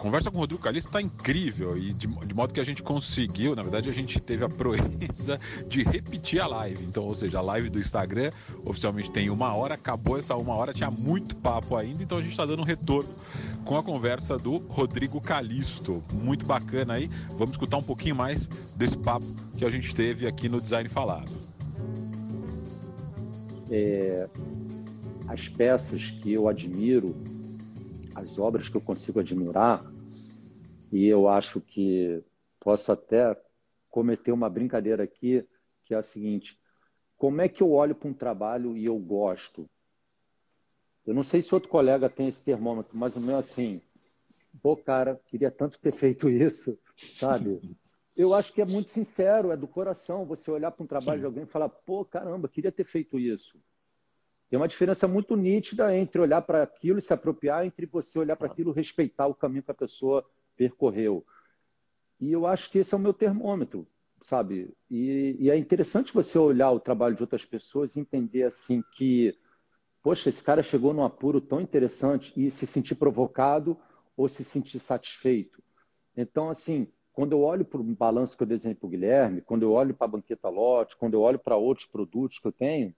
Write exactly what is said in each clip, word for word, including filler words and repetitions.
conversa com o Rodrigo Calisto está incrível, e de, de modo que a gente conseguiu, na verdade a gente teve a proeza de repetir a live. Então, ou seja, a live do Instagram oficialmente tem uma hora, acabou essa uma hora, tinha muito papo ainda, então a gente está dando um retorno com a conversa do Rodrigo Calisto. Muito bacana aí. Vamos escutar um pouquinho mais desse papo que a gente teve aqui no Design Falado. É, as peças que eu admiro, as obras que eu consigo admirar, e eu acho que posso até cometer uma brincadeira aqui, que é a seguinte: como é que eu olho para um trabalho e eu gosto? Eu não sei se outro colega tem esse termômetro, mas o meu é assim: pô, cara, queria tanto ter feito isso, sabe? Eu acho que é muito sincero, é do coração você olhar para um trabalho de alguém e falar, pô, caramba, queria ter feito isso. Tem uma diferença muito nítida entre olhar para aquilo e se apropriar, entre você olhar para aquilo e respeitar o caminho que a pessoa percorreu. E eu acho que esse é o meu termômetro, sabe? E, e é interessante você olhar o trabalho de outras pessoas e entender assim que, poxa, esse cara chegou num apuro tão interessante, e se sentir provocado ou se sentir satisfeito. Então, assim, quando eu olho para o balanço que eu desenho para o Guilherme, quando eu olho para a Banqueta Lote, quando eu olho para outros produtos que eu tenho,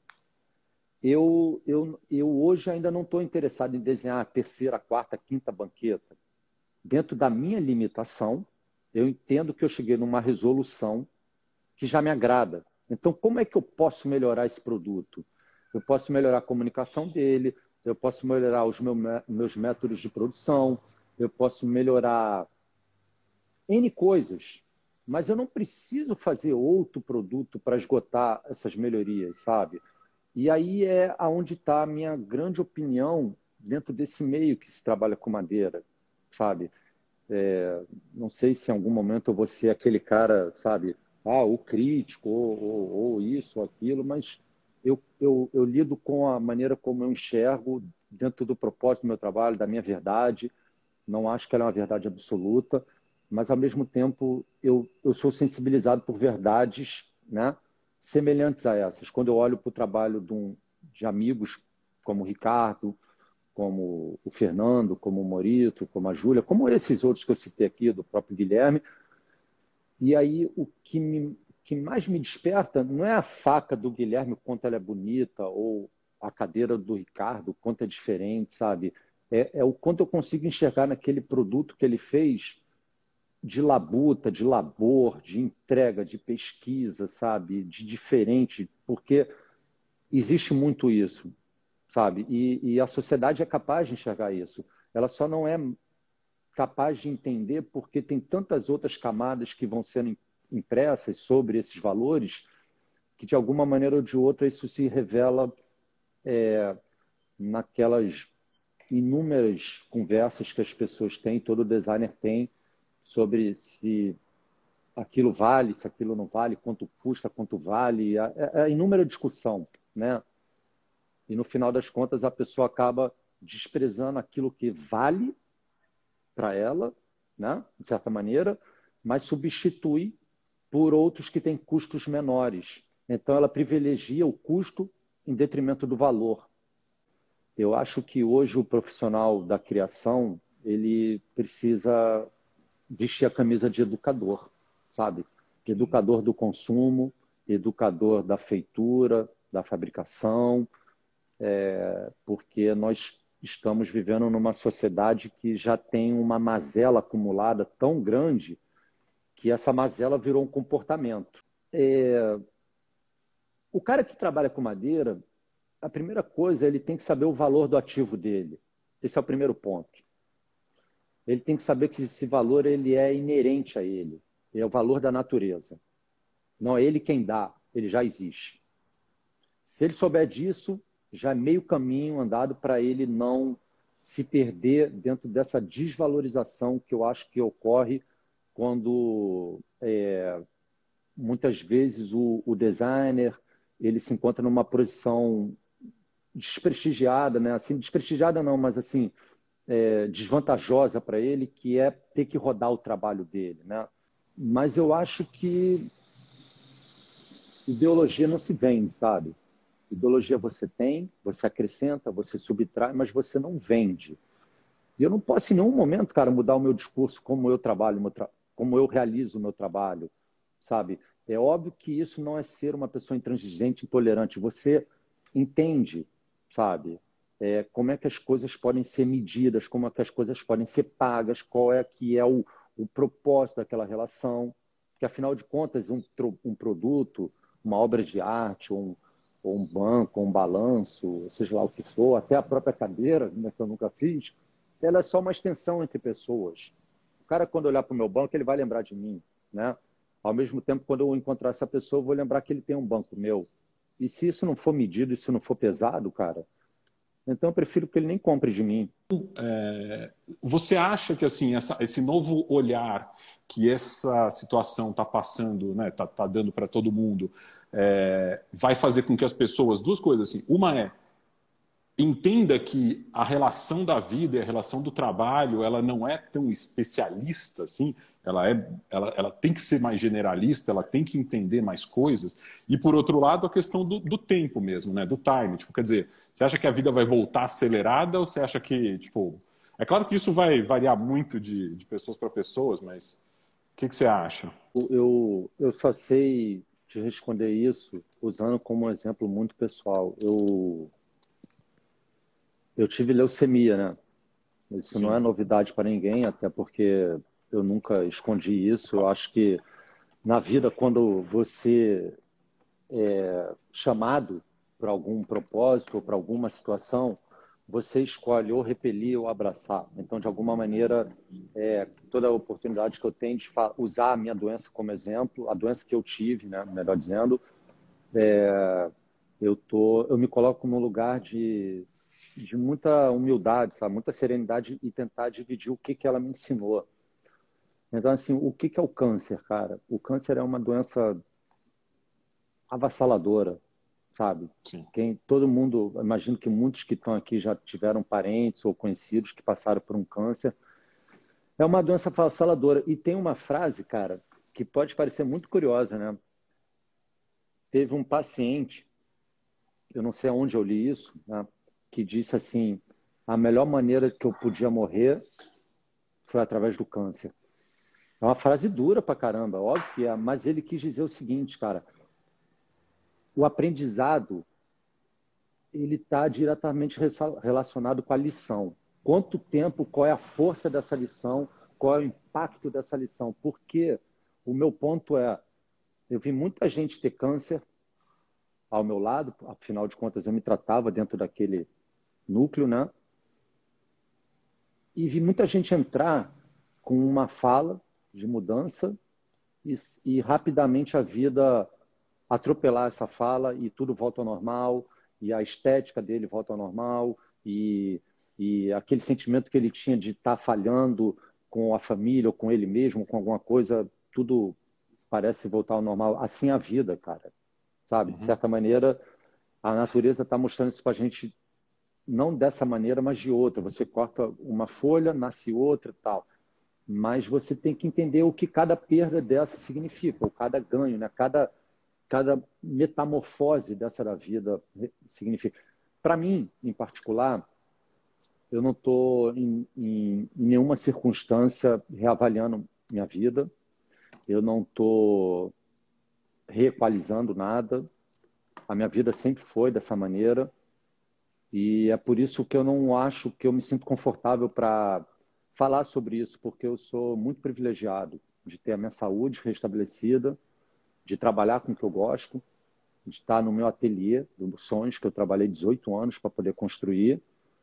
Eu, eu, eu hoje ainda não estou interessado em desenhar a terceira, a quarta, a quinta banqueta. Dentro da minha limitação, eu entendo que eu cheguei numa resolução que já me agrada. Então, como é que eu posso melhorar esse produto? Eu posso melhorar a comunicação dele, eu posso melhorar os meu, meus métodos de produção, eu posso melhorar N coisas, mas eu não preciso fazer outro produto para esgotar essas melhorias, sabe? E aí é aonde está a minha grande opinião dentro desse meio que se trabalha com madeira, sabe? É, não sei se em algum momento eu vou ser aquele cara, sabe? Ah, o crítico, ou, ou, ou isso, ou aquilo, mas eu, eu, eu lido com a maneira como eu enxergo dentro do propósito do meu trabalho, da minha verdade. Não acho que ela é uma verdade absoluta, mas ao mesmo tempo eu, eu sou sensibilizado por verdades, né, semelhantes a essas. Quando eu olho para o trabalho de, um, de amigos como o Ricardo, como o Fernando, como o Morito, como a Júlia, como esses outros que eu citei aqui, do próprio Guilherme, e aí o que, me, que mais me desperta não é a faca do Guilherme, o quanto ela é bonita, ou a cadeira do Ricardo, o quanto é diferente, sabe? É, é o quanto eu consigo enxergar naquele produto que ele fez de labuta, de labor, de entrega, de pesquisa, sabe? De diferente, porque existe muito isso, sabe? E, e a sociedade é capaz de enxergar isso. Ela só não é capaz de entender porque tem tantas outras camadas que vão sendo impressas sobre esses valores que, de alguma maneira ou de outra, isso se revela é, naquelas inúmeras conversas que as pessoas têm, todo designer tem, sobre se aquilo vale, se aquilo não vale, quanto custa, quanto vale, é, é a inúmera discussão, né? E no final das contas a pessoa acaba desprezando aquilo que vale para ela, né? De certa maneira, mas substitui por outros que têm custos menores. Então ela privilegia o custo em detrimento do valor. Eu acho que hoje o profissional da criação ele precisa vestir a camisa de educador, sabe? Educador do consumo, educador da feitura, da fabricação, é, porque nós estamos vivendo numa sociedade que já tem uma mazela acumulada tão grande que essa mazela virou um comportamento. É, o cara que trabalha com madeira, a primeira coisa, ele tem que saber o valor do ativo dele. Esse é o primeiro ponto. Ele tem que saber que esse valor ele é inerente a ele. É o valor da natureza. Não é ele quem dá, ele já existe. Se ele souber disso, já é meio caminho andado para ele não se perder dentro dessa desvalorização que eu acho que ocorre quando é, muitas vezes o, o designer ele se encontra numa posição desprestigiada, né? Assim, desprestigiada não, mas assim é, desvantajosa para ele, que é ter que rodar o trabalho dele, né? Mas eu acho que ideologia não se vende, sabe? Ideologia você tem, você acrescenta, você subtrai, mas você não vende. E eu não posso em nenhum momento, cara, mudar o meu discurso, como eu trabalho, meu tra... como eu realizo o meu trabalho, sabe? É óbvio que isso não é ser uma pessoa intransigente, intolerante. Você entende, sabe? É, como é que as coisas podem ser medidas, como é que as coisas podem ser pagas, qual é que é o, o propósito daquela relação. Porque, afinal de contas, um, um produto, uma obra de arte, ou um, ou um banco, ou um balanço, seja lá o que for, até a própria cadeira, né, que eu nunca fiz, ela é só uma extensão entre pessoas. O cara, quando olhar para o meu banco, ele vai lembrar de mim, né? Ao mesmo tempo, quando eu encontrar essa pessoa, eu vou lembrar que ele tem um banco meu. E se isso não for medido, e se não for pesado, cara, então eu prefiro que ele nem compre de mim. É, você acha que assim essa, esse novo olhar que essa situação está passando, né, tá, tá dando para todo mundo, é, vai fazer com que as pessoas, duas coisas assim, uma é entenda que a relação da vida e a relação do trabalho, ela não é tão especialista assim, ela, é, ela, ela tem que ser mais generalista, ela tem que entender mais coisas. E, por outro lado, a questão do, do tempo mesmo, né? Do time. Tipo, quer dizer, você acha que a vida vai voltar acelerada ou você acha que, tipo... É claro que isso vai variar muito de, de pessoas para pessoas, mas o que, que você acha? Eu, eu só sei te responder isso usando como um exemplo muito pessoal. Eu, eu tive leucemia, né? Isso não é Sim. novidade para ninguém, até porque eu nunca escondi isso. Eu acho que na vida, quando você é chamado para algum propósito ou para alguma situação, você escolhe ou repelir ou abraçar. Então, de alguma maneira, é, toda a oportunidade que eu tenho de usar a minha doença como exemplo, a doença que eu tive, né, melhor dizendo, é, eu tô, eu me coloco num lugar de, de muita humildade, sabe, muita serenidade e tentar dividir o que que ela me ensinou. Então, assim, o que que é o câncer, cara? O câncer é uma doença avassaladora, sabe? Sim. Quem, todo mundo, imagino que muitos que estão aqui já tiveram parentes ou conhecidos que passaram por um câncer. É uma doença avassaladora. E tem uma frase, cara, que pode parecer muito curiosa, né? Teve um paciente, eu não sei aonde eu li isso, né? Que disse assim: a melhor maneira que eu podia morrer foi através do câncer. É uma frase dura pra caramba, óbvio que é, mas ele quis dizer o seguinte, cara: o aprendizado ele está diretamente relacionado com a lição. Quanto tempo, qual é a força dessa lição, qual é o impacto dessa lição? Porque o meu ponto é, eu vi muita gente ter câncer ao meu lado, afinal de contas eu me tratava dentro daquele núcleo, né? E vi muita gente entrar com uma fala de mudança e, e rapidamente a vida atropelar essa fala e tudo volta ao normal, e a estética dele volta ao normal, e, e aquele sentimento que ele tinha de estar falhando com a família, ou com ele mesmo, com alguma coisa, tudo parece voltar ao normal. Assim é a vida, cara. Sabe? De Uhum. certa maneira, a natureza está mostrando isso para a gente, não dessa maneira, mas de outra. Você corta uma folha, nasce outra e tal. Mas você tem que entender o que cada perda dessa significa, ou cada ganho, né? Cada cada metamorfose dessa da vida significa. Para mim, em particular, eu não estou em, em, em nenhuma circunstância reavaliando minha vida, eu não estou reequalizando nada, a minha vida sempre foi dessa maneira, e é por isso que eu não acho que eu me sinto confortável para falar sobre isso, porque eu sou muito privilegiado de ter a minha saúde restabelecida, de trabalhar com o que eu gosto, de estar no meu ateliê dos sonhos, que eu trabalhei dezoito anos para poder construir,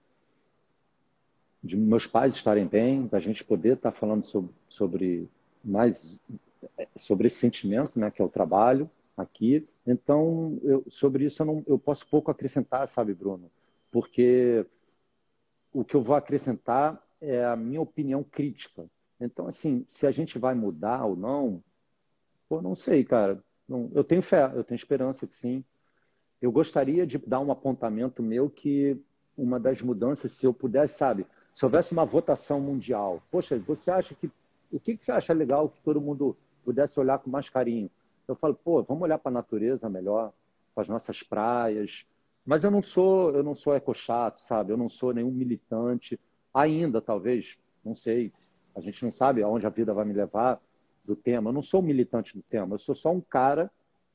de meus pais estarem bem, da gente poder estar falando sobre, sobre mais sobre esse sentimento, né, que é o trabalho aqui. Então, eu, sobre isso eu, não, eu posso pouco acrescentar, sabe, Bruno? Porque o que eu vou acrescentar é a minha opinião crítica. Então, assim, se a gente vai mudar ou não, pô, não sei, cara. Não, eu tenho fé, eu tenho esperança que sim. Eu gostaria de dar um apontamento meu que uma das mudanças, se eu pudesse, sabe, se houvesse uma votação mundial, poxa, você acha que, o que você acha legal que todo mundo pudesse olhar com mais carinho? Eu falo, pô, vamos olhar para a natureza melhor, para as nossas praias, mas eu não sou, eu não sou ecochato, sabe, eu não sou nenhum militante, ainda, talvez, não sei, a gente não sabe aonde a vida vai me levar do tema. Eu não sou um militante do tema, eu sou só um cara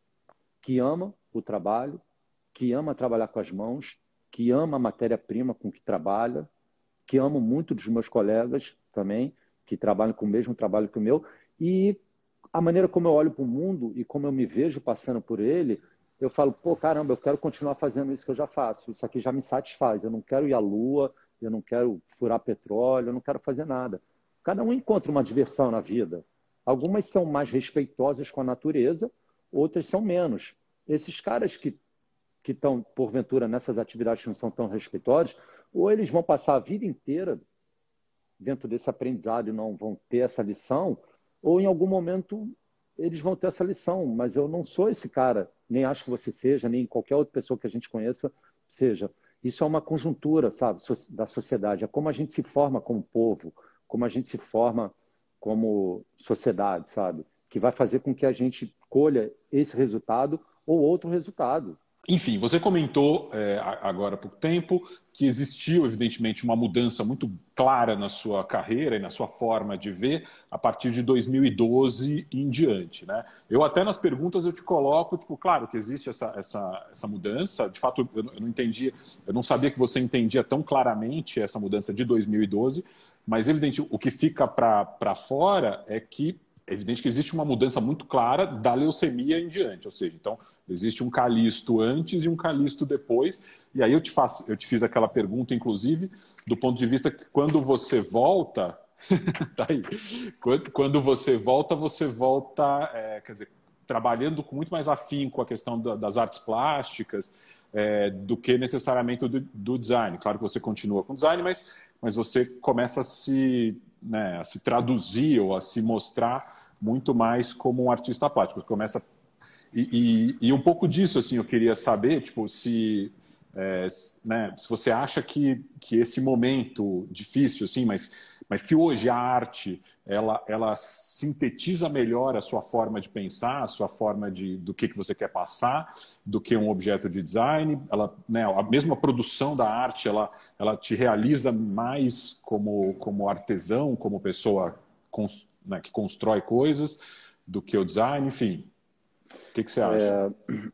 que ama o trabalho, que ama trabalhar com as mãos, que ama a matéria-prima com que trabalha, que amo muito dos meus colegas também, que trabalham com o mesmo trabalho que o meu, e a maneira como eu olho para o mundo e como eu me vejo passando por ele, eu falo, pô, caramba, eu quero continuar fazendo isso que eu já faço, isso aqui já me satisfaz, eu não quero ir à lua, eu não quero furar petróleo, eu não quero fazer nada. Cada um encontra uma diversão na vida. Algumas são mais respeitosas com a natureza, outras são menos. Esses caras que que estão, porventura, nessas atividades que não são tão respeitosas, ou eles vão passar a vida inteira dentro desse aprendizado e não vão ter essa lição, ou em algum momento eles vão ter essa lição. Mas eu não sou esse cara, nem acho que você seja, nem qualquer outra pessoa que a gente conheça seja. Isso é uma conjuntura, sabe, da sociedade. É como a gente se forma como povo, como a gente se forma como sociedade, sabe? Que vai fazer com que a gente colha esse resultado ou outro resultado. Enfim, você comentou é, agora há pouco tempo que existiu, evidentemente, uma mudança muito clara na sua carreira e na sua forma de ver a partir de dois mil e doze em diante, né? Eu até nas perguntas eu te coloco, tipo, claro que existe essa, essa, essa mudança, de fato eu, eu não entendia, eu não sabia que você entendia tão claramente essa mudança de dois mil e doze, mas evidente, o que fica para fora é que é evidente que existe uma mudança muito clara da leucemia em diante, ou seja, então existe um Calixto antes e um Calixto depois, e aí eu te faço, eu te fiz aquela pergunta, inclusive, do ponto de vista que quando você volta, tá aí, quando, quando você volta, você volta, é, quer dizer, trabalhando com muito mais afinco a questão da, das artes plásticas, é, do que necessariamente do, do design. Claro que você continua com design, mas, mas você começa a se, né, a se traduzir ou a se mostrar muito mais como um artista plástico. Começa e, e, e um pouco disso, assim, eu queria saber, tipo, se, é, né, se você acha que, que esse momento difícil, assim, mas, mas que hoje a arte ela, ela sintetiza melhor a sua forma de pensar, a sua forma de do que, que você quer passar, do que um objeto de design. Ela, né, a mesma produção da arte, ela, ela te realiza mais como, como artesão, como pessoa cons, né, que constrói coisas, do que o design, enfim. O que, que você acha? É...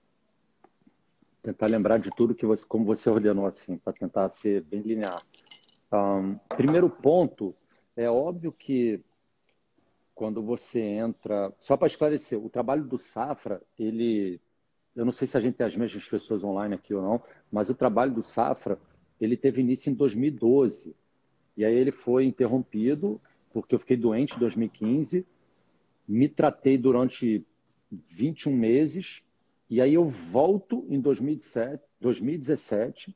Tentar lembrar de tudo que você, como você ordenou, assim, para tentar ser bem linear. Um, primeiro ponto, é óbvio que quando você entra... Só para esclarecer, o trabalho do Safra, ele... Eu não sei se a gente tem as mesmas pessoas online aqui ou não, mas o trabalho do Safra, ele teve início em dois mil e doze. E aí ele foi interrompido, porque eu fiquei doente em dois mil e quinze, me tratei durante vinte e um meses, e aí eu volto em dois mil e dezessete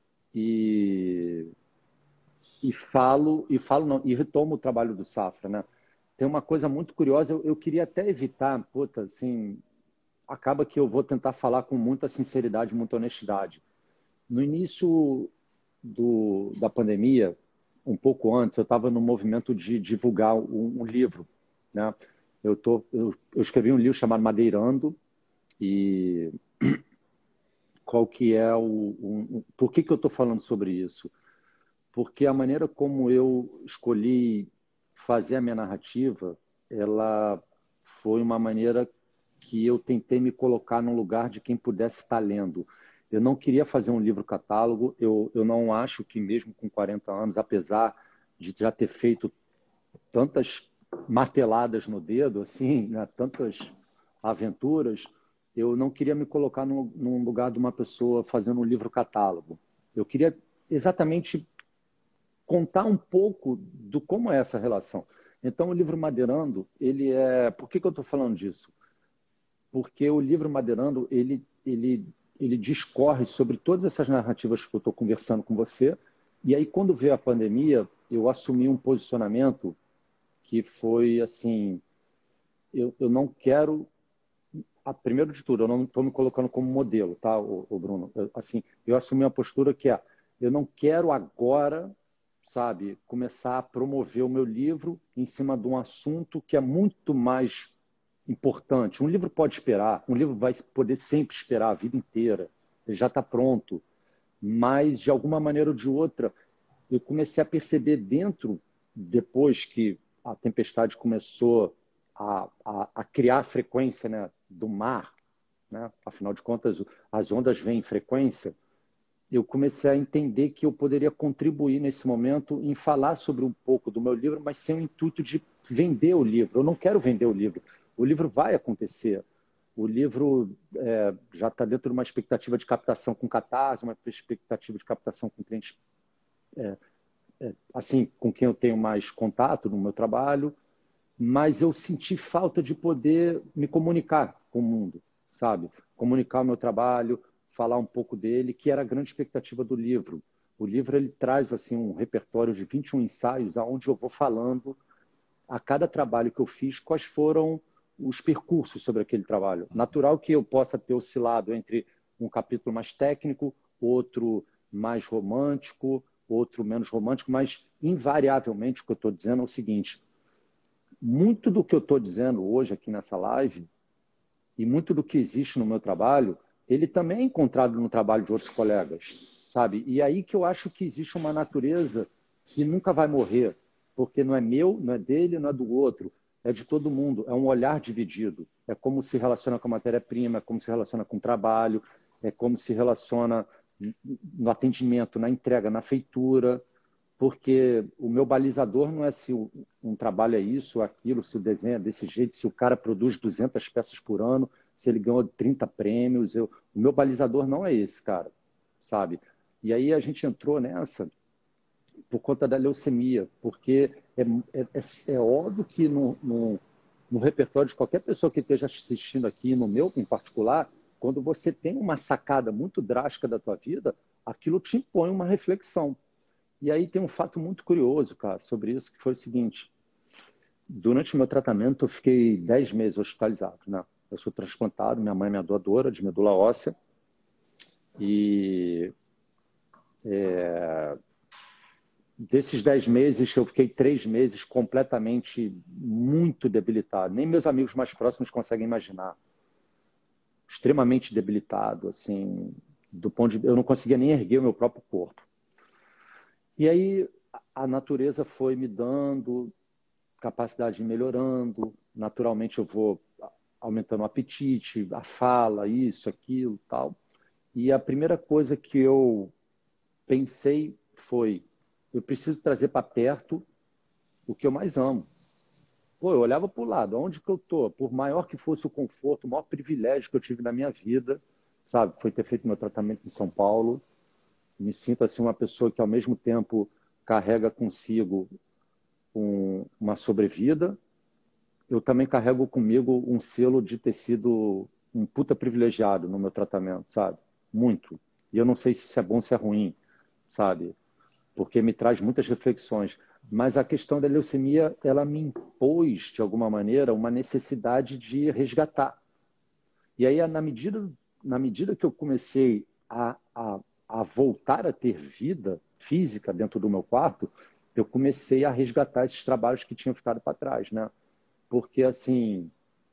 e, e falo, e falo não, e retomo o trabalho do Safra, né? Tem uma coisa muito curiosa, eu, eu queria até evitar, puta, assim, acaba que eu vou tentar falar com muita sinceridade, muita honestidade. No início do, da pandemia, um pouco antes, eu estava no movimento de divulgar um, um livro, né? Eu, tô, eu, eu escrevi um livro chamado Madeirando, e qual que é o... o por que, que eu estou falando sobre isso? Porque a maneira como eu escolhi fazer a minha narrativa, ela foi uma maneira que eu tentei me colocar no lugar de quem pudesse estar lendo. Eu não queria fazer um livro catálogo, eu, eu não acho que mesmo com quarenta anos, apesar de já ter feito tantas marteladas no dedo, assim, né, tantas aventuras, eu não queria me colocar no, num lugar de uma pessoa fazendo um livro catálogo. Eu queria exatamente contar um pouco do como é essa relação. Então, o livro Madeirando, ele é... Por que, que eu estou falando disso? Porque o livro Madeirando, ele, ele, ele discorre sobre todas essas narrativas que eu estou conversando com você, e aí, quando veio a pandemia, eu assumi um posicionamento que foi assim, eu, eu não quero... Ah, primeiro de tudo, eu não estou me colocando como modelo, tá, o, o Bruno? Eu, assim, eu assumi uma postura que é, eu não quero agora, sabe, começar a promover o meu livro em cima de um assunto que é muito mais importante. Um livro pode esperar, um livro vai poder sempre esperar a vida inteira, ele já está pronto, mas de alguma maneira ou de outra, eu comecei a perceber dentro, depois que a tempestade começou a, a, a criar a frequência, né, do mar, né? Afinal de contas, as ondas vêm em frequência, eu comecei a entender que eu poderia contribuir nesse momento em falar sobre um pouco do meu livro, mas sem o intuito de vender o livro. Eu não quero vender o livro. O livro vai acontecer. O livro é, já está dentro de uma expectativa de captação com Catarse, uma expectativa de captação com clientes é, é, assim, com quem eu tenho mais contato no meu trabalho, mas eu senti falta de poder me comunicar com o mundo, sabe? Comunicar o meu trabalho, falar um pouco dele, que era a grande expectativa do livro. O livro ele traz assim um repertório de vinte e um ensaios, aonde eu vou falando a cada trabalho que eu fiz, quais foram os percursos sobre aquele trabalho. Natural que eu possa ter oscilado entre um capítulo mais técnico, outro mais romântico, outro menos romântico, mas invariavelmente o que eu estou dizendo é o seguinte: muito do que eu estou dizendo hoje aqui nessa live e muito do que existe no meu trabalho, ele também é encontrado no trabalho de outros colegas, sabe? E aí que eu acho que existe uma natureza que nunca vai morrer, porque não é meu, não é dele, não é do outro, é de todo mundo, é um olhar dividido, é como se relaciona com a matéria-prima, é como se relaciona com o trabalho, é como se relaciona no atendimento, na entrega, na feitura, porque o meu balizador não é se um trabalho é isso ou aquilo, se o desenho é desse jeito, se o cara produz duzentas peças por ano, se ele ganhou trinta prêmios. Eu... O meu balizador não é esse, cara, sabe? E aí a gente entrou nessa por conta da leucemia, porque é, é, é óbvio que no, no, no repertório de qualquer pessoa que esteja assistindo aqui, no meu em particular, quando você tem uma sacada muito drástica da tua vida, aquilo te impõe uma reflexão. E aí tem um fato muito curioso, cara, sobre isso, que foi o seguinte: durante o meu tratamento eu fiquei dez meses hospitalizado, né? Eu sou transplantado, minha mãe é minha doadora de medula óssea, e é, desses dez meses eu fiquei três meses completamente muito debilitado. Nem meus amigos mais próximos conseguem imaginar. Extremamente debilitado, assim, do ponto de... eu não conseguia nem erguer o meu próprio corpo. E aí a natureza foi me dando capacidade melhorando, naturalmente eu vou aumentando o apetite, a fala, isso, aquilo, tal. E a primeira coisa que eu pensei foi: eu preciso trazer para perto o que eu mais amo. Pô, eu olhava para o lado, onde que eu tô? Por maior que fosse o conforto, o maior privilégio que eu tive na minha vida, sabe, foi ter feito meu tratamento em São Paulo. Me sinto assim uma pessoa que ao mesmo tempo carrega consigo um, uma sobrevida. Eu também carrego comigo um selo de ter sido um puta privilegiado no meu tratamento, sabe? Muito. E eu não sei se isso é bom ou se é ruim, sabe? Porque me traz muitas reflexões. Mas a questão da leucemia, ela me impôs, de alguma maneira, uma necessidade de resgatar. E aí, na medida, na medida que eu comecei a, a, a voltar a ter vida física dentro do meu quarto, eu comecei a resgatar esses trabalhos que tinham ficado para trás, né? Porque, assim,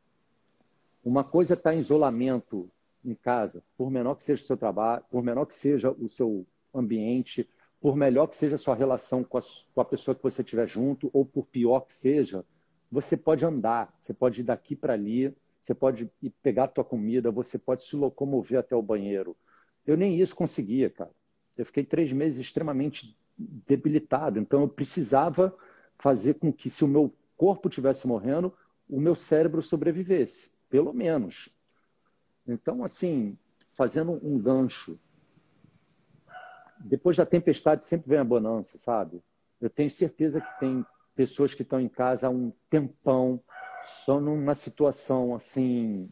uma coisa é estar em isolamento em casa, por menor que seja o seu trabalho, por menor que seja o seu ambiente, por melhor que seja a sua relação com a, com a pessoa que você estiver junto, ou por pior que seja, você pode andar, você pode ir daqui para ali, você pode ir pegar a tua comida, você pode se locomover até o banheiro. Eu nem isso conseguia, cara. Eu fiquei três meses extremamente debilitado, então eu precisava fazer com que, se o meu corpo estivesse morrendo, o meu cérebro sobrevivesse, pelo menos. Então, assim, fazendo um gancho, depois da tempestade sempre vem a bonança, sabe? Eu tenho certeza que tem pessoas que estão em casa há um tempão, estão numa situação assim...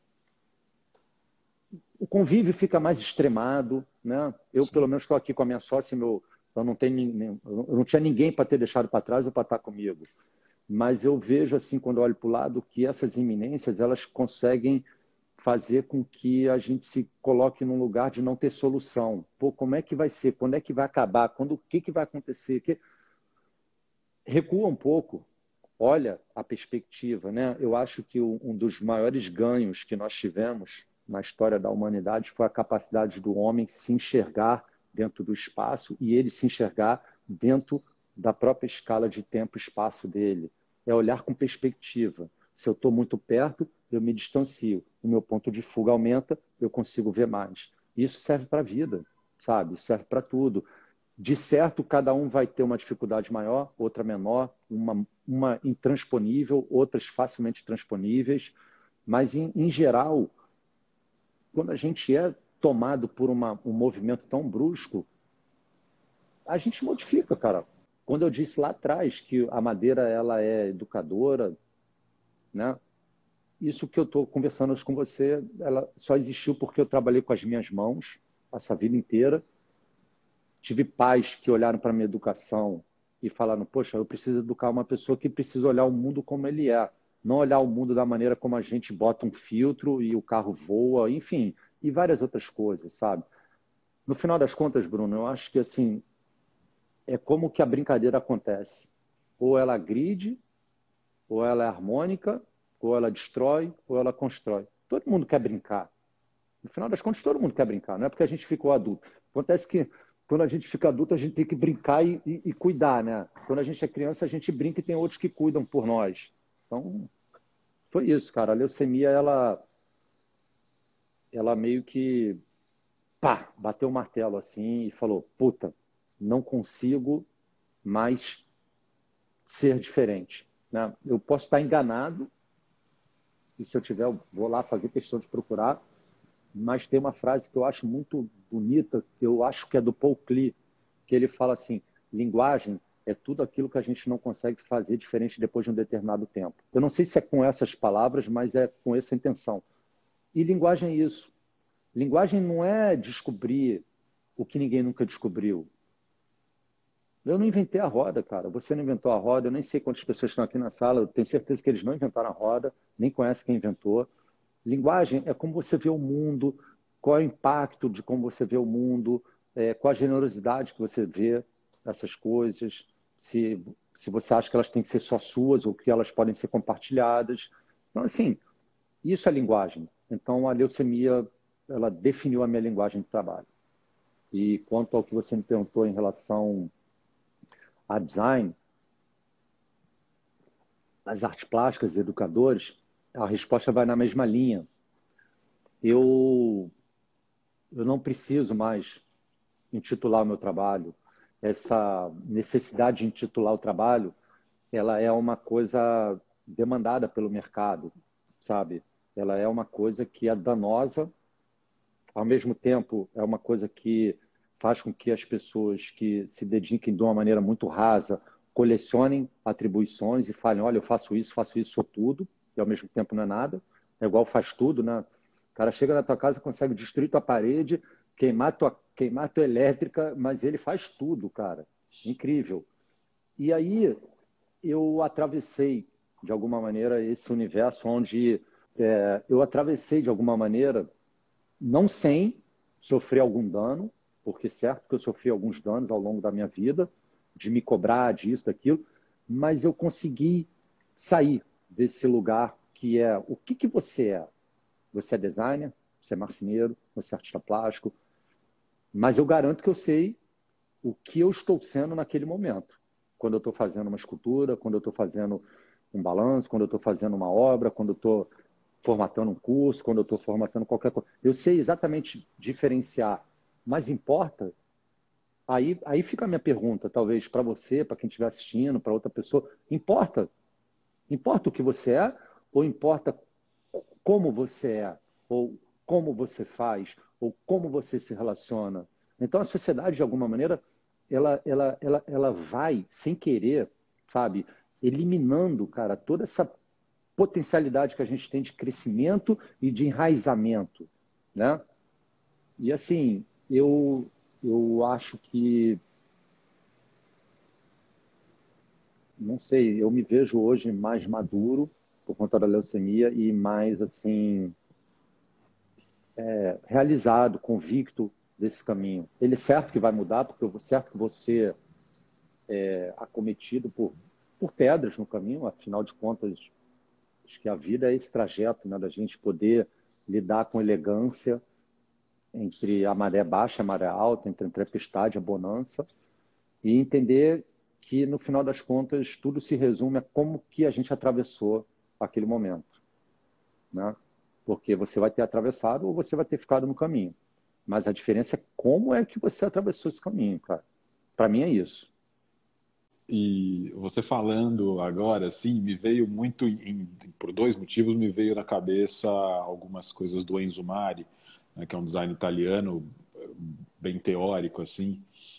O convívio fica mais extremado, né? Eu, Sim. pelo menos, estou aqui com a minha sócia, meu... eu, não tenho... eu não tinha ninguém para ter deixado para trás ou para estar comigo. Mas eu vejo, assim, quando eu olho para o lado, que essas iminências, elas conseguem fazer com que a gente se coloque num lugar de não ter solução. Pô, como é que vai ser? Quando é que vai acabar? Quando, o que, que vai acontecer? Que... Recua um pouco, olha a perspectiva, né? Eu acho que um dos maiores ganhos que nós tivemos na história da humanidade foi a capacidade do homem se enxergar dentro do espaço e ele se enxergar dentro da própria escala de tempo e espaço dele. É olhar com perspectiva. Se eu estou muito perto, eu me distancio. O meu ponto de fuga aumenta, eu consigo ver mais. Isso serve para a vida, sabe? Isso serve para tudo. De certo, cada um vai ter uma dificuldade maior, outra menor, uma, uma intransponível, outras facilmente transponíveis. Mas, em, em geral, quando a gente é tomado por uma, um movimento tão brusco, a gente modifica, cara. Quando eu disse lá atrás que a madeira ela é educadora, né? Isso que eu estou conversando hoje com você, ela só existiu porque eu trabalhei com as minhas mãos essa vida inteira. Tive pais que olharam para a minha educação e falaram, poxa, eu preciso educar uma pessoa que precisa olhar o mundo como ele é, não olhar o mundo da maneira como a gente bota um filtro e o carro voa, enfim, e várias outras coisas, sabe? No final das contas, Bruno, eu acho que assim, é como que a brincadeira acontece. Ou ela agride, ou ela é harmônica, ou ela destrói, ou ela constrói. Todo mundo quer brincar. No final das contas, todo mundo quer brincar. Não é porque a gente ficou adulto. Acontece que quando a gente fica adulto, a gente tem que brincar e, e, e cuidar, né? Quando a gente é criança, a gente brinca e tem outros que cuidam por nós. Então, foi isso, cara. A leucemia, ela, ela meio que pá, bateu o martelo assim e falou, puta, não consigo mais ser diferente. Né? Eu posso estar enganado, e se eu tiver, eu vou lá fazer questão de procurar, mas tem uma frase que eu acho muito bonita, que eu acho que é do Paul Klee, que ele fala assim, linguagem é tudo aquilo que a gente não consegue fazer diferente depois de um determinado tempo. Eu não sei se é com essas palavras, mas é com essa intenção. E linguagem é isso. Linguagem não é descobrir o que ninguém nunca descobriu. Eu não inventei a roda, cara. Você não inventou a roda. Eu nem sei quantas pessoas estão aqui na sala. Eu tenho certeza que eles não inventaram a roda, nem conhecem quem inventou. Linguagem é como você vê o mundo, qual é o impacto de como você vê o mundo, é, qual a generosidade que você vê essas coisas, se, se você acha que elas têm que ser só suas ou que elas podem ser compartilhadas. Então, assim, isso é linguagem. Então, a leucemia, ela definiu a minha linguagem de trabalho. E quanto ao que você me perguntou em relação a design, as artes plásticas, educadores, a resposta vai na mesma linha. Eu, eu não preciso mais intitular o meu trabalho. Essa necessidade de intitular o trabalho, ela é uma coisa demandada pelo mercado, sabe? Ela é uma coisa que é danosa, ao mesmo tempo é uma coisa que faz com que as pessoas que se dediquem de uma maneira muito rasa colecionem atribuições e falem, olha, eu faço isso, faço isso, sou tudo, e ao mesmo tempo não é nada. É igual faz tudo, né? O cara chega na tua casa, consegue destruir tua parede, queimar tua, queimar tua elétrica, mas ele faz tudo, cara. Incrível. E aí eu atravessei, de alguma maneira, esse universo onde é, eu atravessei, de alguma maneira, não sem sofrer algum dano, porque certo que eu sofri alguns danos ao longo da minha vida, de me cobrar disso, daquilo, mas eu consegui sair desse lugar que é o que, que você é. Você é designer, você é marceneiro, você é artista plástico, mas eu garanto que eu sei o que eu estou sendo naquele momento. Quando eu estou fazendo uma escultura, quando eu estou fazendo um balanço, quando eu estou fazendo uma obra, quando eu estou formatando um curso, quando eu estou formatando qualquer coisa. Eu sei exatamente diferenciar, mas importa. Aí, aí fica a minha pergunta, talvez para você, para quem estiver assistindo, para outra pessoa. Importa? Importa o que você é ou importa como você é? Ou como você faz? Ou como você se relaciona? Então, a sociedade, de alguma maneira, ela, ela, ela, ela vai, sem querer, sabe, eliminando, cara, toda essa potencialidade que a gente tem de crescimento e de enraizamento, né? E assim, eu, eu acho que, não sei, eu me vejo hoje mais maduro por conta da leucemia e mais, assim, é, realizado, convicto desse caminho. Ele é certo que vai mudar, porque é certo que você é acometido por, por pedras no caminho, afinal de contas, acho que a vida é esse trajeto, né, da gente poder lidar com elegância entre a maré baixa e a maré alta, entre a tempestade e a bonança, e entender que, no final das contas, tudo se resume a como que a gente atravessou aquele momento, né? Porque você vai ter atravessado ou você vai ter ficado no caminho. Mas a diferença é como é que você atravessou esse caminho, cara. Para mim é isso. E você falando agora, assim, me veio muito, em, por dois motivos, me veio na cabeça algumas coisas do Enzo Mari, né, que é um design italiano, bem teórico, assim,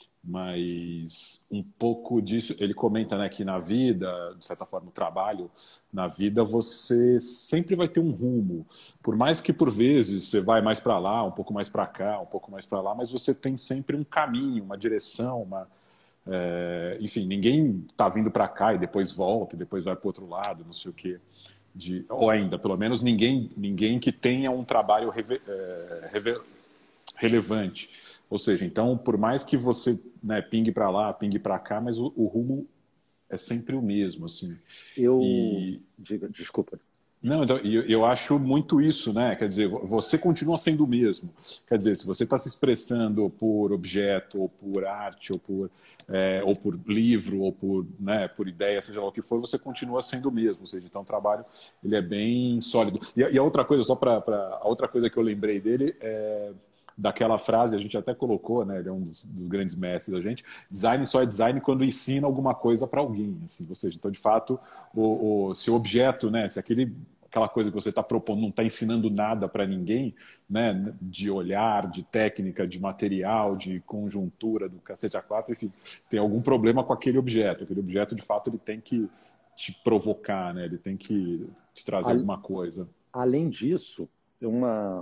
mas um pouco disso, ele comenta, né, que na vida, de certa forma, o trabalho, na vida você sempre vai ter um rumo, por mais que por vezes você vai mais para lá, um pouco mais para cá, um pouco mais para lá, mas você tem sempre um caminho, uma direção, uma É, enfim, ninguém está vindo para cá e depois volta, e depois vai para o outro lado, não sei o quê. De, ou ainda, pelo menos, ninguém, ninguém que tenha um trabalho reve, é, reve, relevante. Ou seja, então, por mais que você, né, pingue para lá, pingue para cá, mas o, o rumo é sempre o mesmo. Assim. Eu... E... Diga, desculpa. Não, então, eu, eu acho muito isso, né? Quer dizer, você continua sendo o mesmo. Quer dizer, se você está se expressando por objeto, ou por arte, ou por, é, ou por livro, ou por, né, por ideia, seja lá o que for, você continua sendo o mesmo. Ou seja, então o trabalho ele é bem sólido. E, e a outra coisa, só para a outra coisa que eu lembrei dele é daquela frase, a gente até colocou, né? Ele é um dos, dos grandes mestres da gente. Design só é design quando ensina alguma coisa para alguém. Assim, ou seja, então de fato, o, o, se o objeto, né? Se aquele aquela coisa que você está propondo não está ensinando nada para ninguém, né, de olhar, de técnica, de material, de conjuntura, do cacete a quatro, enfim, tem algum problema com aquele objeto. Aquele objeto, de fato, ele tem que te provocar, né? Ele tem que te trazer alguma coisa. Além disso, uma...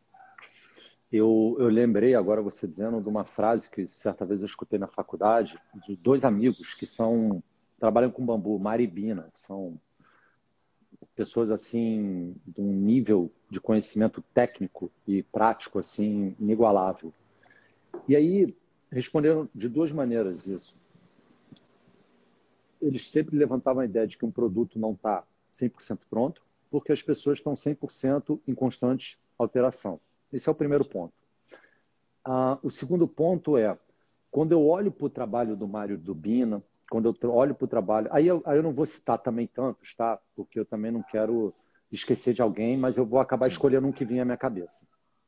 eu, eu lembrei agora você dizendo de uma frase que certa vez eu escutei na faculdade, de dois amigos que são trabalham com bambu, Mari e Bina, que são pessoas assim de um nível de conhecimento técnico e prático assim inigualável. E aí responderam de duas maneiras isso. Eles sempre levantavam a ideia de que um produto não está cem por cento pronto, porque as pessoas estão cem por cento em constante alteração. Esse é o primeiro ponto. Ah, o segundo ponto é, quando eu olho para o trabalho do Mário Dubina, quando eu olho para o trabalho... Aí eu, aí eu não vou citar também tantos, tá? Porque eu também não quero esquecer de alguém, mas eu vou acabar escolhendo um que vinha à minha cabeça.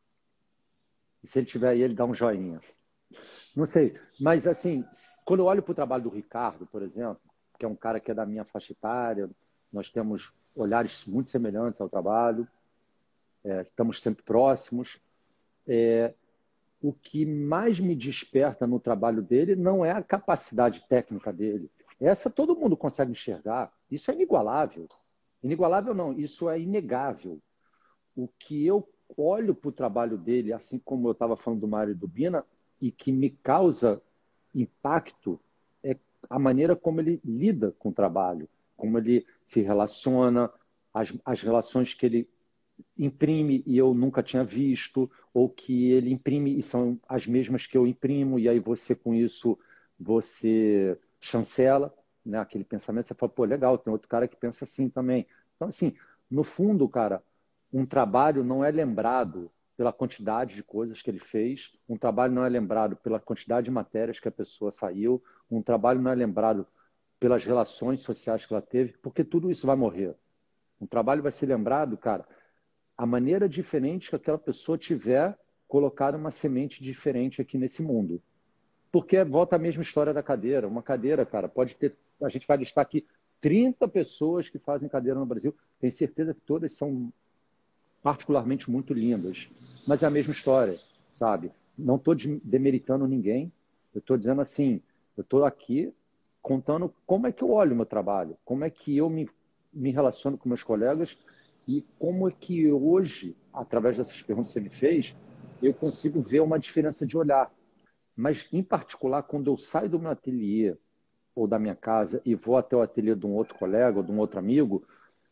E se ele tiver aí, ele dá um joinha. Não sei, mas assim, quando eu olho para o trabalho do Ricardo, por exemplo, que é um cara que é da minha faixa etária, nós temos olhares muito semelhantes ao trabalho, é, estamos sempre próximos. É, o que mais me desperta no trabalho dele não é a capacidade técnica dele. Essa todo mundo consegue enxergar. Isso é inigualável. Inigualável não, isso é inegável. O que eu olho para o trabalho dele, assim como eu estava falando do Mário Dubina, e que me causa impacto é a maneira como ele lida com o trabalho, como ele se relaciona, as, as relações que ele imprime e eu nunca tinha visto, ou que ele imprime e são as mesmas que eu imprimo, e aí você, com isso, você chancela, né, aquele pensamento, você fala, pô, legal, tem outro cara que pensa assim também. Então, assim, no fundo, cara, um trabalho não é lembrado pela quantidade de coisas que ele fez, um trabalho não é lembrado pela quantidade de matérias que a pessoa saiu, um trabalho não é lembrado pelas relações sociais que ela teve, porque tudo isso vai morrer. Um trabalho vai ser lembrado, cara, a maneira diferente que aquela pessoa tiver colocado uma semente diferente aqui nesse mundo. Porque volta a mesma história da cadeira. Uma cadeira, cara, pode ter... A gente vai listar aqui trinta pessoas que fazem cadeira no Brasil. Tenho certeza que todas são particularmente muito lindas. Mas é a mesma história, sabe? Não estou demeritando ninguém. Eu estou dizendo assim, eu estou aqui contando como é que eu olho o meu trabalho, como é que eu me, me relaciono com meus colegas e como é que hoje, através dessas perguntas que você me fez, eu consigo ver uma diferença de olhar. Mas, em particular, quando eu saio do meu ateliê ou da minha casa e vou até o ateliê de um outro colega ou de um outro amigo,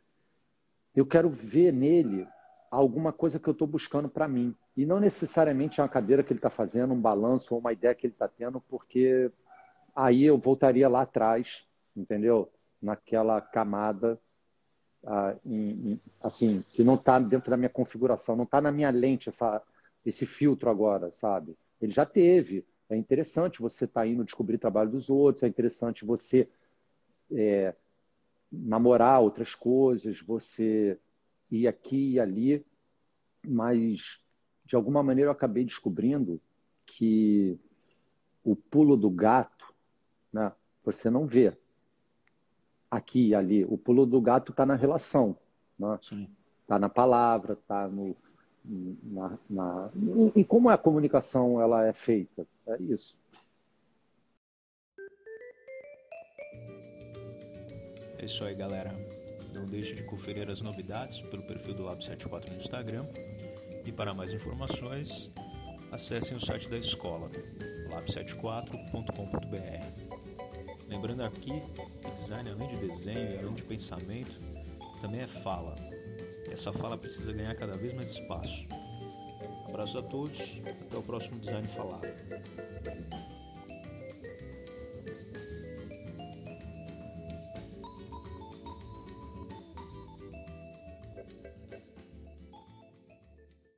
eu quero ver nele alguma coisa que eu estou buscando para mim. E não necessariamente é uma cadeira que ele está fazendo, um balanço ou uma ideia que ele está tendo, porque aí eu voltaria lá atrás, entendeu? Naquela camada ah, em, em, assim, que não está dentro da minha configuração, não está na minha lente essa, esse filtro agora, sabe? Ele já teve. É interessante você estar tá indo descobrir o trabalho dos outros, é interessante você é, namorar outras coisas, você ir aqui e ali, mas de alguma maneira eu acabei descobrindo que o pulo do gato, né, você não vê aqui e ali. O pulo do gato está na relação, né? Está na palavra, está no, na, na, em como a comunicação ela é feita. É isso. É isso aí, galera. Não deixe de conferir as novidades pelo perfil do Lab setenta e quatro no Instagram. E para mais informações, acessem o site da escola, lab setenta e quatro ponto com ponto b r. Lembrando aqui que design, além de desenho e além de pensamento, também é fala. Essa fala precisa ganhar cada vez mais espaço. Abraço a todos, até o próximo Design Falado.